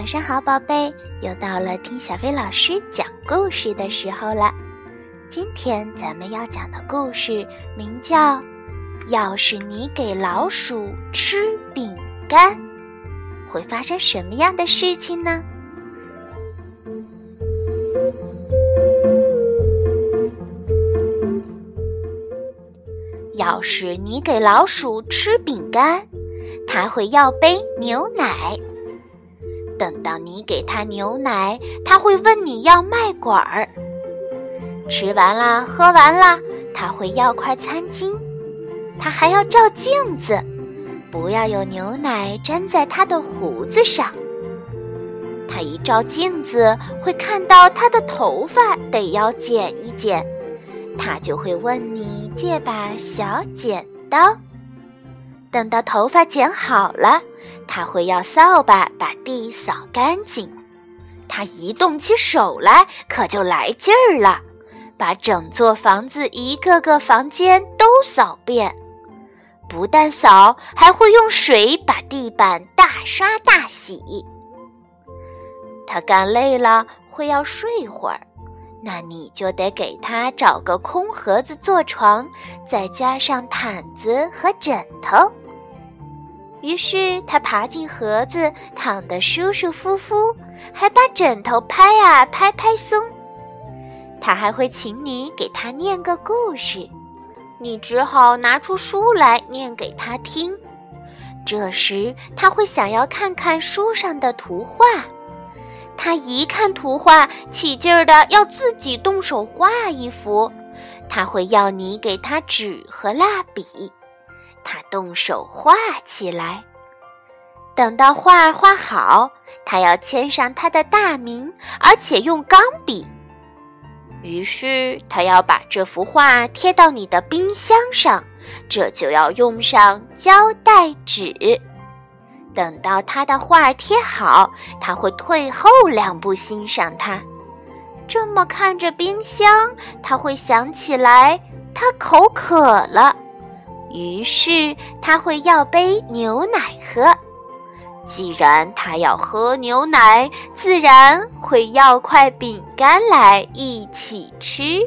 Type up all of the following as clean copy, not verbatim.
晚上好，宝贝，又到了听小飞老师讲故事的时候了。今天咱们要讲的故事名叫《要是你给老鼠吃饼干》，会发生什么样的事情呢？要是你给老鼠吃饼干，它会要杯牛奶。等到你给它牛奶，它会问你要麦管儿。吃完了，喝完了，它会要块餐巾。它还要照镜子，不要有牛奶粘在它的胡子上。它一照镜子，会看到它的头发得要剪一剪，它就会问你借把小剪刀。等到头发剪好了，他会要扫把把地扫干净。他一动起手来，可就来劲儿了，把整座房子一个个房间都扫遍。不但扫，还会用水把地板大刷大洗。他干累了，会要睡会儿，那你就得给他找个空盒子做床，再加上毯子和枕头。于是他爬进盒子，躺得舒舒服服，还把枕头拍啊拍拍松。他还会请你给他念个故事，你只好拿出书来念给他听。这时他会想要看看书上的图画，他一看图画，起劲儿的要自己动手画一幅。他会要你给他纸和蜡笔，他动手画起来。等到画画好，他要签上他的大名，而且用钢笔。于是他要把这幅画贴到你的冰箱上，这就要用上胶带纸。等到他的画贴好，他会退后2步欣赏它。这么看着冰箱，他会想起来他口渴了，于是他会要杯牛奶喝。既然他要喝牛奶，自然会要块饼干来一起吃。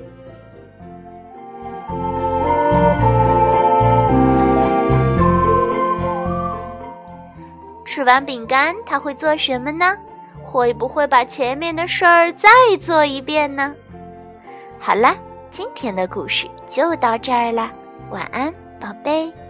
吃完饼干，他会做什么呢？会不会把前面的事儿再做一遍呢？好啦，今天的故事就到这儿了，晚安，宝贝。